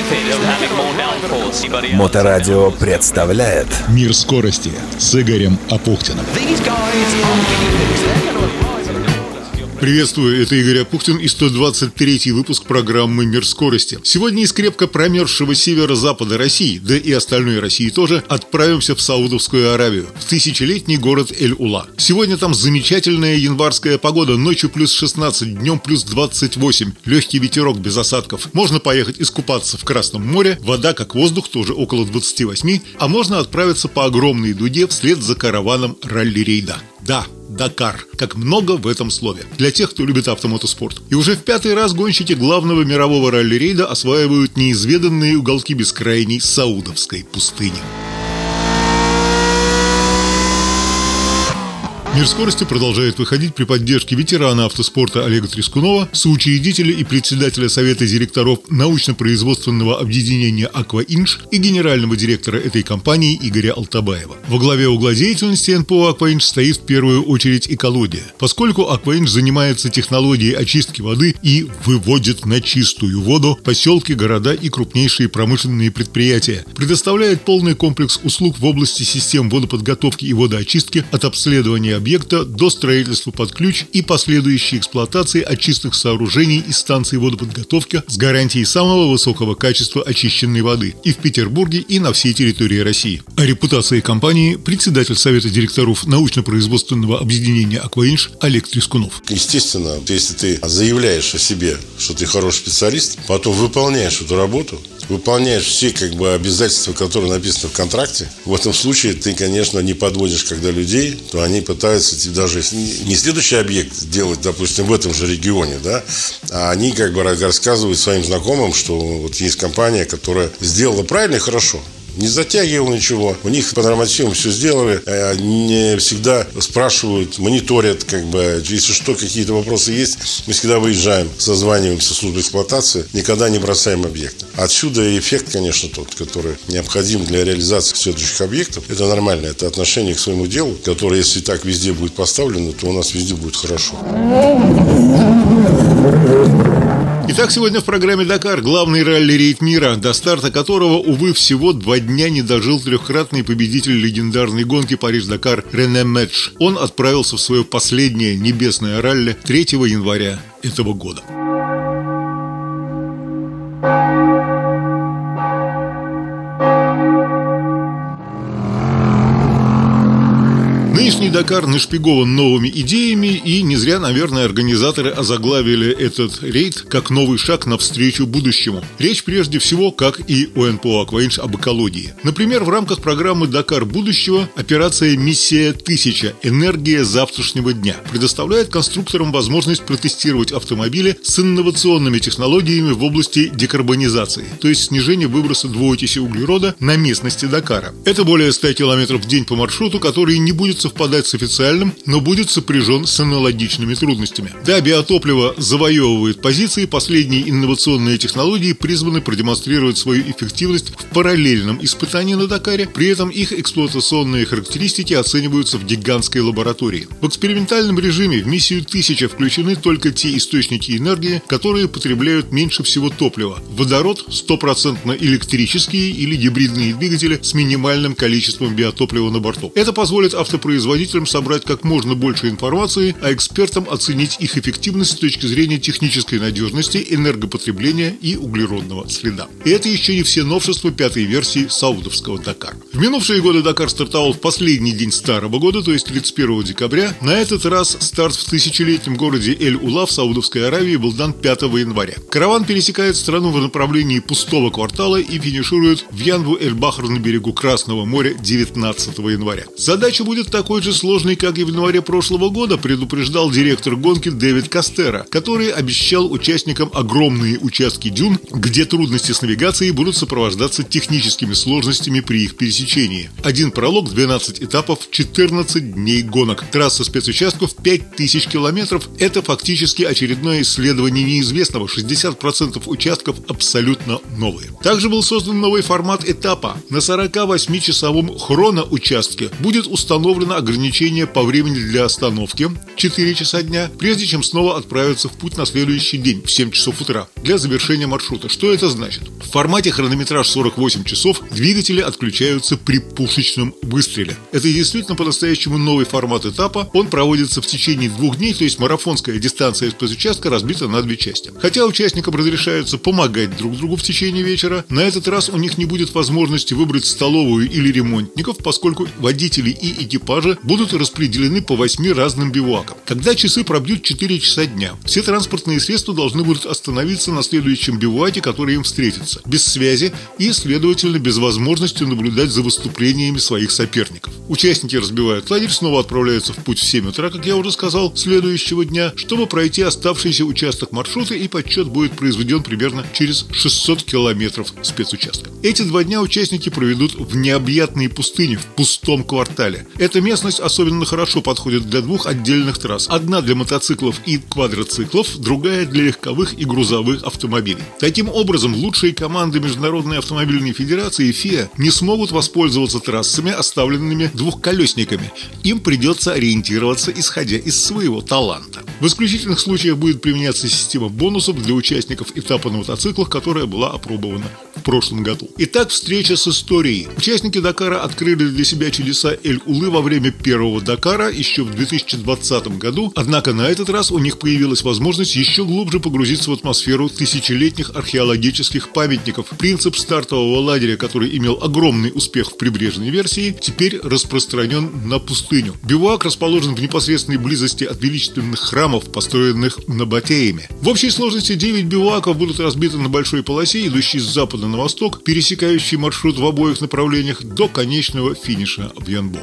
Моторадио представляет «Мир скорости» с Игорем Апухтиным. Приветствую, это Игорь Апухтин и 123-й выпуск программы «Мир скорости». Сегодня из крепко промерзшего северо-запада России, да и остальной России тоже, отправимся в Саудовскую Аравию, в тысячелетний город Эль-Ула. Сегодня там замечательная январская погода, ночью плюс 16, днем плюс 28, легкий ветерок без осадков. Можно поехать искупаться в Красном море, вода как воздух, тоже около 28, а можно отправиться по огромной дуге вслед за караваном ралли-рейда. Да, Дакар. Как много в этом слове. Для тех, кто любит автомотоспорт. И уже в 5-й раз гонщики главного мирового ралли-рейда осваивают неизведанные уголки бескрайней Саудовской пустыни. «Мир скорости» продолжает выходить при поддержке ветерана автоспорта Олега Трескунова, соучредителя и председателя Совета директоров научно-производственного объединения «Акваинж» и генерального директора этой компании Игоря Алтабаева. Во главе угла деятельности НПО «Акваинж» стоит в первую очередь экология, поскольку «Акваинж» занимается технологией очистки воды и выводит на чистую воду поселки, города и крупнейшие промышленные предприятия, предоставляет полный комплекс услуг в области систем водоподготовки и водоочистки от обследования объекта до строительства под ключ и последующей эксплуатации очистных сооружений и станций водоподготовки с гарантией самого высокого качества очищенной воды и в Петербурге, и на всей территории России. О репутации компании председатель Совета директоров научно-производственного объединения «Акваинж» Олег Трескунов. Естественно, если ты заявляешь о себе, что ты хороший специалист, потом выполняешь эту работу, выполняешь все обязательства, которые написаны в контракте, в этом случае ты, конечно, не подводишь, когда людей, то они пытаются даже не следующий объект делать, допустим, в этом же регионе, да, а они рассказывают своим знакомым, что вот есть компания, которая сделала правильно и хорошо. Не затягивал ничего. У них по нормативам все сделали. Не всегда спрашивают, мониторят, если что, какие-то вопросы есть, мы всегда выезжаем, созваниваемся с службой эксплуатации, никогда не бросаем объекты. Отсюда эффект, конечно, тот, который необходим для реализации следующих объектов. Это нормально, это отношение к своему делу, которое, если так везде будет поставлено, то у нас везде будет хорошо. Итак, сегодня в программе «Дакар» главный ралли-рейд мира, до старта которого, увы, всего 2 дня не дожил трехкратный победитель легендарной гонки Париж-Дакар Рене Медж. Он отправился в свое последнее небесное ралли 3 января этого года. Нынешний Дакар нашпигован новыми идеями, и не зря, наверное, организаторы озаглавили этот рейд как новый шаг навстречу будущему. Речь прежде всего, как и у НПО «Акваинж», об экологии. Например, в рамках программы «Дакар будущего» операция «Миссия 1000. Энергия завтрашнего дня» предоставляет конструкторам возможность протестировать автомобили с инновационными технологиями в области декарбонизации, то есть снижения выброса двуокиси углерода на местности Дакара. Это более 100 км в день по маршруту, который не будет совпадать с официальным, но будет сопряжен с аналогичными трудностями. Да, биотопливо завоевывает позиции, последние инновационные технологии призваны продемонстрировать свою эффективность в параллельном испытании на Дакаре, при этом их эксплуатационные характеристики оцениваются в гигантской лаборатории. В экспериментальном режиме в миссию 1000 включены только те источники энергии, которые потребляют меньше всего топлива. Водород, 100% электрические или гибридные двигатели с минимальным количеством биотоплива на борту. Это позволит автопроизводителям собрать как можно больше информации, а экспертам оценить их эффективность с точки зрения технической надежности, энергопотребления и углеродного следа. И это еще не все новшества 5-й версии саудовского Дакара. В минувшие годы Дакар стартовал в последний день старого года, то есть 31 декабря. На этот раз старт в тысячелетнем городе Эль-Ула в Саудовской Аравии был дан 5 января. Караван пересекает страну в направлении пустого квартала и финиширует в Янву-эль-Бахр на берегу Красного моря 19 января. Задача будет такой же сложный, как и в январе прошлого года, предупреждал директор гонки Дэвид Костера, который обещал участникам огромные участки дюн, где трудности с навигацией будут сопровождаться техническими сложностями при их пересечении. Один пролог, 12 этапов, 14 дней гонок. Трасса спецучастков 5000 километров. Это фактически очередное исследование неизвестного. 60% участков абсолютно новые. Также был создан новый формат этапа. На 48-часовом хроноучастке будет установлена установлено ограничение по времени для остановки 4 часа дня, прежде чем снова отправиться в путь на следующий день в 7 часов утра для завершения маршрута. Что это значит? В формате хронометраж 48 часов двигатели отключаются при пушечном выстреле. Это действительно по-настоящему новый формат этапа. Он проводится в течение 2 дней, то есть марафонская дистанция спецучастка разбита на 2 части. Хотя участникам разрешается помогать друг другу в течение вечера, на этот раз у них не будет возможности выбрать столовую или ремонтников, поскольку водители и экипажи будут распределены по 8 разным бивуакам. Когда часы пробьют 4 часа дня, все транспортные средства должны будут остановиться на следующем бивуаке, который им встретится, без связи и, следовательно, без возможности наблюдать за выступлениями своих соперников. Участники разбивают лагерь, снова отправляются в путь в 7 утра, как я уже сказал, следующего дня, чтобы пройти оставшийся участок маршрута, и подсчет будет произведен примерно через 600 километров спецучастка. Эти 2 дня участники проведут в необъятной пустыне, в пустом квартале. Эта местность особенно хорошо подходит для 2 отдельных трасс. Одна для мотоциклов и квадроциклов, другая для легковых и грузовых автомобилей. Таким образом, лучшие команды Международной автомобильной федерации FIA не смогут воспользоваться трассами, оставленными двухколесниками. Им придется ориентироваться, исходя из своего таланта. В исключительных случаях будет применяться система бонусов для участников этапа на мотоциклах, которая была опробована в прошлом году. Итак, встреча с историей. Участники Дакара открыли для себя чудеса Эль-Улы во время первого Дакара еще в 2020 году, однако на этот раз у них появилась возможность еще глубже погрузиться в атмосферу тысячелетних археологических памятников. Принцип стартового лагеря, который имел огромный успех в прибрежной версии, теперь распространен на пустыню. Бивуак расположен в непосредственной близости от величественных храмов, построенных набатеями. В общей сложности 9 бивуаков будут разбиты на большой полосе, идущей с запада на восток, пересекающей маршрут в обоих направлениях до конечного финиша в Янбу.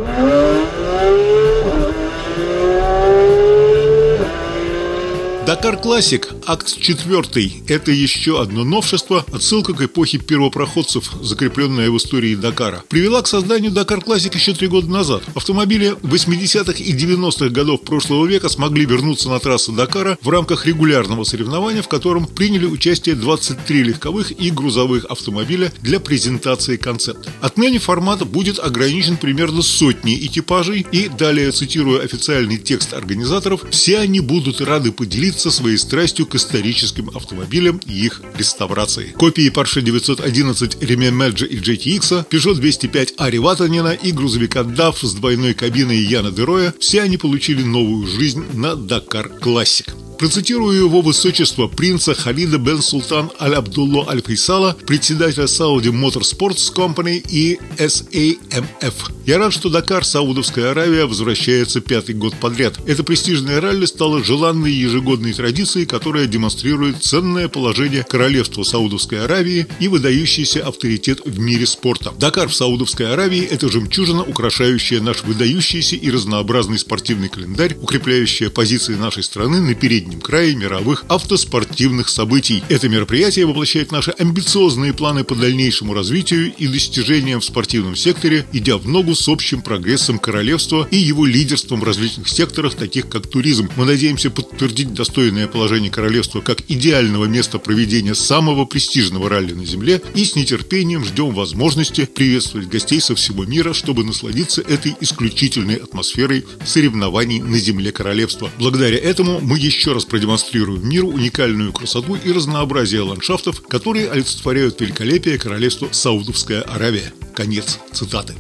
Дакар Классик, акт 4. Это еще одно новшество, отсылка к эпохе первопроходцев, закрепленная в истории Дакара. Привела к созданию Дакар Классик еще 3 года назад. Автомобили 80-х и 90-х годов прошлого века смогли вернуться на трассы Дакара в рамках регулярного соревнования, в котором приняли участие 23 легковых и грузовых автомобиля для презентации концепта. Отныне формат будет ограничен примерно 100 экипажей, и, далее цитируя официальный текст организаторов, все они будут рады поделиться своей страстью к историческим автомобилям и их реставрации. Копии Porsche 911 Remy Mage и GTX, Peugeot 205 Ари Ватанена и грузовика DAF с двойной кабиной Яна Дероя, все они получили новую жизнь на Дакар Классик. Процитирую его высочество принца Халида бен Султан Аль-Абдулло Аль-Фейсала, председателя Saudi Motorsports Company и SAMF. Я рад, что Дакар, Саудовская Аравия, возвращается 5-й год подряд. Это престижное ралли стало желанной ежегодной традицией, которая демонстрирует ценное положение королевства Саудовской Аравии и выдающийся авторитет в мире спорта. Дакар в Саудовской Аравии – это жемчужина, украшающая наш выдающийся и разнообразный спортивный календарь, укрепляющая позиции нашей страны на переднем крае мировых автоспортивных событий. Это мероприятие воплощает наши амбициозные планы по дальнейшему развитию и достижениям в спортивном секторе, идя в ногу с общим прогрессом королевства и его лидерством в различных секторах, таких как туризм. Мы надеемся подтвердить достойное положение королевства как идеального места проведения самого престижного ралли на земле, и с нетерпением ждем возможности приветствовать гостей со всего мира, чтобы насладиться этой исключительной атмосферой соревнований на земле королевства. Благодаря этому мы еще раз продемонстрируем миру уникальную красоту и разнообразие ландшафтов, которые олицетворяют великолепие королевства Саудовская Аравия. Конец цитаты.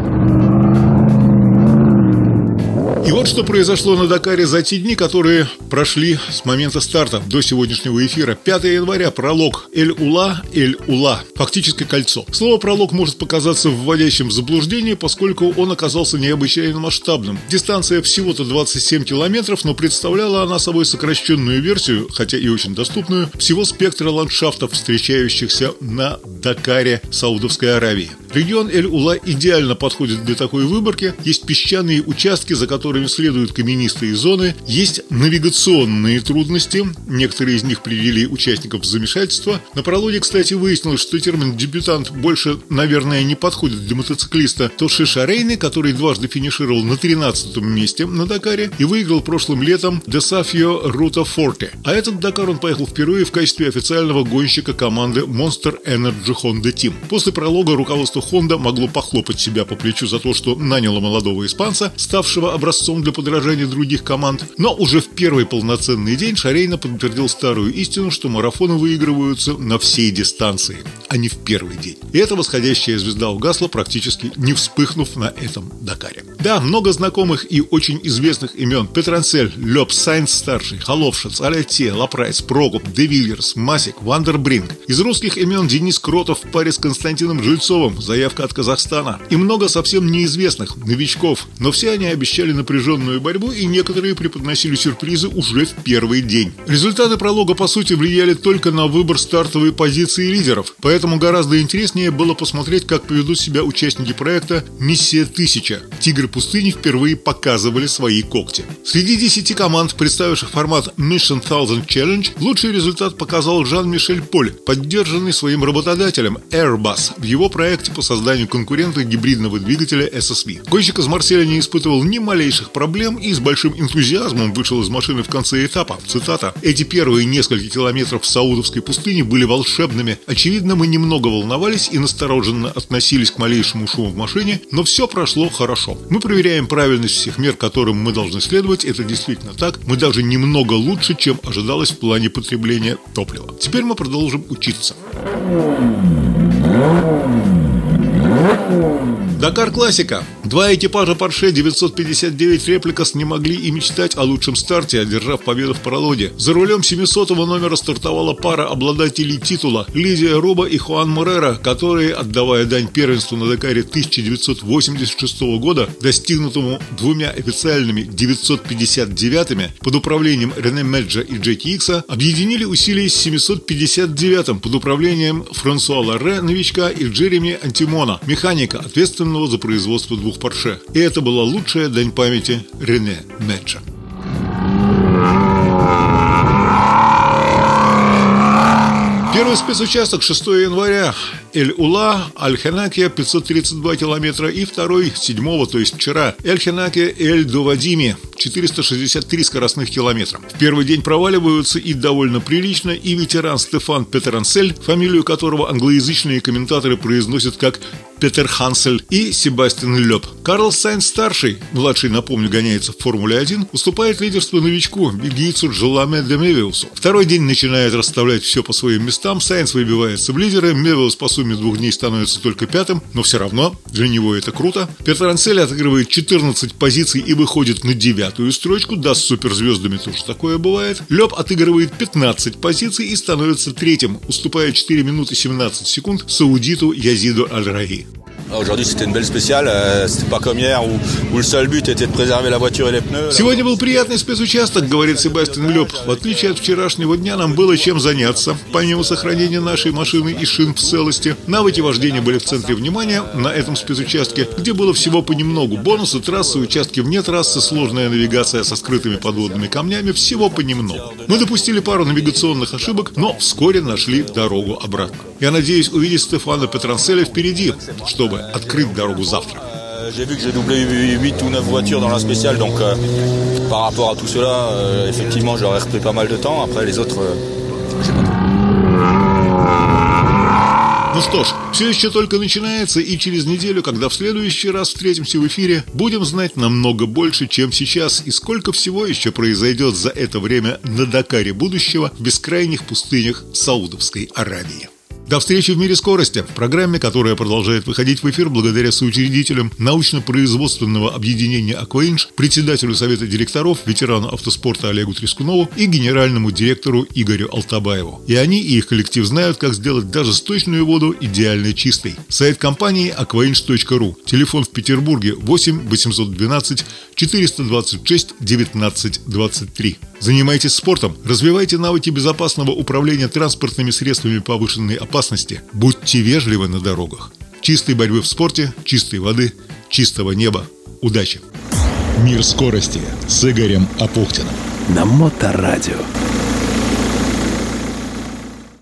И вот что произошло на Дакаре за те дни, которые прошли с момента старта до сегодняшнего эфира. 5 января, пролог Эль-Ула, Эль-Ула, фактически кольцо. Слово «пролог» может показаться вводящим в заблуждение, поскольку он оказался необычайно масштабным. Дистанция всего-то 27 километров, но представляла она собой сокращенную версию, хотя и очень доступную, всего спектра ландшафтов, встречающихся на Дакаре Саудовской Аравии. Регион Эль-Ула идеально подходит для такой выборки. Есть песчаные участки, за которыми исследуют каменистые зоны, есть навигационные трудности, некоторые из них привели участников в замешательство. На прологе, кстати, выяснилось, что термин «дебютант» больше, наверное, не подходит для мотоциклиста Тошиша Рейны, который дважды финишировал на 13-м месте на Дакаре и выиграл прошлым летом Desafio Ruta Forte. А этот Дакар он поехал впервые в качестве официального гонщика команды Monster Energy Honda Team. После пролога руководство Honda могло похлопать себя по плечу за то, что наняло молодого испанца, ставшего образцом для подражания других команд. Но уже в первый полноценный день Шарейна подтвердил старую истину, что марафоны выигрываются на всей дистанции, а не в первый день. И эта восходящая звезда угасла, практически не вспыхнув на этом Дакаре. Да, много знакомых и очень известных имен: Петрансель, Лёб, Сайнц-старший, Холовшиц, Аляте, Лапрайс, Прокоп, Де Вильерс, Масик, Вандербринг. Из русских имен Денис Кротов в паре с Константином Жильцовым, заявка от Казахстана. И много совсем неизвестных, новичков. Но все они обещали напряженную борьбу, и некоторые преподносили сюрпризы уже в первый день. Результаты пролога, по сути, влияли только на выбор стартовой позиции лидеров, поэтому гораздо интереснее было посмотреть, как поведут себя участники проекта «Миссия 1000». Тигры пустыни впервые показывали свои когти. Среди 10 команд, представивших формат Mission 1000 Challenge, лучший результат показал Жан-Мишель Поль, поддержанный своим работодателем Airbus в его проекте по созданию конкурента гибридного двигателя SSV. Гонщик из Марселя не испытывал ни малейших проблем и с большим энтузиазмом вышел из машины в конце этапа. Цитата: «Эти первые несколько километров в саудовской пустыне были волшебными. Очевидно, мы немного волновались и настороженно относились к малейшему шуму в машине, но все прошло хорошо. Мы проверяем правильность всех мер, которым мы должны следовать. Это действительно так. Мы даже немного лучше, чем ожидалось в плане потребления топлива. Теперь мы продолжим учиться». Дакар классика. Два экипажа Porsche 959 Replicas не могли и мечтать о лучшем старте, одержав победу в прологе. За рулем 700-го номера стартовала пара обладателей титула Лидия Руба и Хуан Морера, которые, отдавая дань первенству на Дакаре 1986 года, достигнутому двумя официальными 959-ми под управлением Рене Меджа и Джеки Икса, объединили усилия с 759-м под управлением Франсуа Ларре, новичка, и Джереми Антимона, механика, ответственного за производство двух Porsche. И это была лучшая дань памяти Рене Меджа. Первый спецучасток 6 января. Эль-Ула, Аль-Хенакия 532 километра, и второй 7-го, то есть вчера, Эль-Хенакия, Эль-Довадими 463 скоростных километра. В первый день проваливаются и довольно прилично и ветеран Стефан Петрансель, фамилию которого англоязычные комментаторы произносят как Петер Хансель, и Себастьян Лёб. Карлос Сайнц-старший, младший, напомню, гоняется в Формуле-1, уступает лидерство новичку, бельгийцу Джоламе де Мевиусу. Второй день начинает расставлять все по своим местам. Сайнц выбивается в лидеры, Мевиус по сумме 2 дней становится только 5-м, но все равно для него это круто. Петрансель отыгрывает 14 позиций и выходит на 9-ю строчку, да, с суперзвездами тоже такое бывает. Лёб отыгрывает 15 позиций и становится 3-м, уступая 4 минуты 17 секунд саудиту Язиду Аль-Раги. Aujourd'hui, c'était une belle spéciale. C'était pas comme hier où le seul but était de préserver la voiture et les pneus. Сегодня был приятный спецучасток, говорит Себастьян Лёб. В отличие от вчерашнего дня, нам было чем заняться. Помимо сохранения нашей машины и шин в целости, навыки вождения были в центре внимания на этом спецучастке, где было всего понемногу. Бонусы, трассы, участки вне трассы, сложная навигация со скрытыми подводными камнями, всего понемногу. Мы допустили пару навигационных ошибок, но вскоре нашли дорогу обратно. Я надеюсь увидеть Стефана Петранселя впереди, чтобы открыть дорогу завтра. J'ai vu que j'ai doublé 8 ou 9 voitures dans la spéciale, donc par rapport à tout cela, effectivement, j'aurais repris pas mal de temps. Après, les autres, j'ai pas trop. Ну что ж, все еще только начинается, и через неделю, когда в следующий раз встретимся в эфире, будем знать намного больше, чем сейчас, и сколько всего еще произойдет за это время на Дакаре будущего в бескрайних пустынях Саудовской Аравии. До встречи в «Мире скорости», в программе, которая продолжает выходить в эфир благодаря соучредителям научно-производственного объединения «Акваинж», председателю совета директоров, ветерану автоспорта Олегу Трескунову и генеральному директору Игорю Алтабаеву. И они, и их коллектив знают, как сделать даже сточную воду идеально чистой. Сайт компании aquainge.ru. Телефон в Петербурге 8 812 426 19 23. Занимайтесь спортом, развивайте навыки безопасного управления транспортными средствами повышенной опасности. Будьте вежливы на дорогах. Чистой борьбы в спорте, чистой воды, чистого неба. Удачи! «Мир скорости» с Игорем Апухтиным. На Моторадио.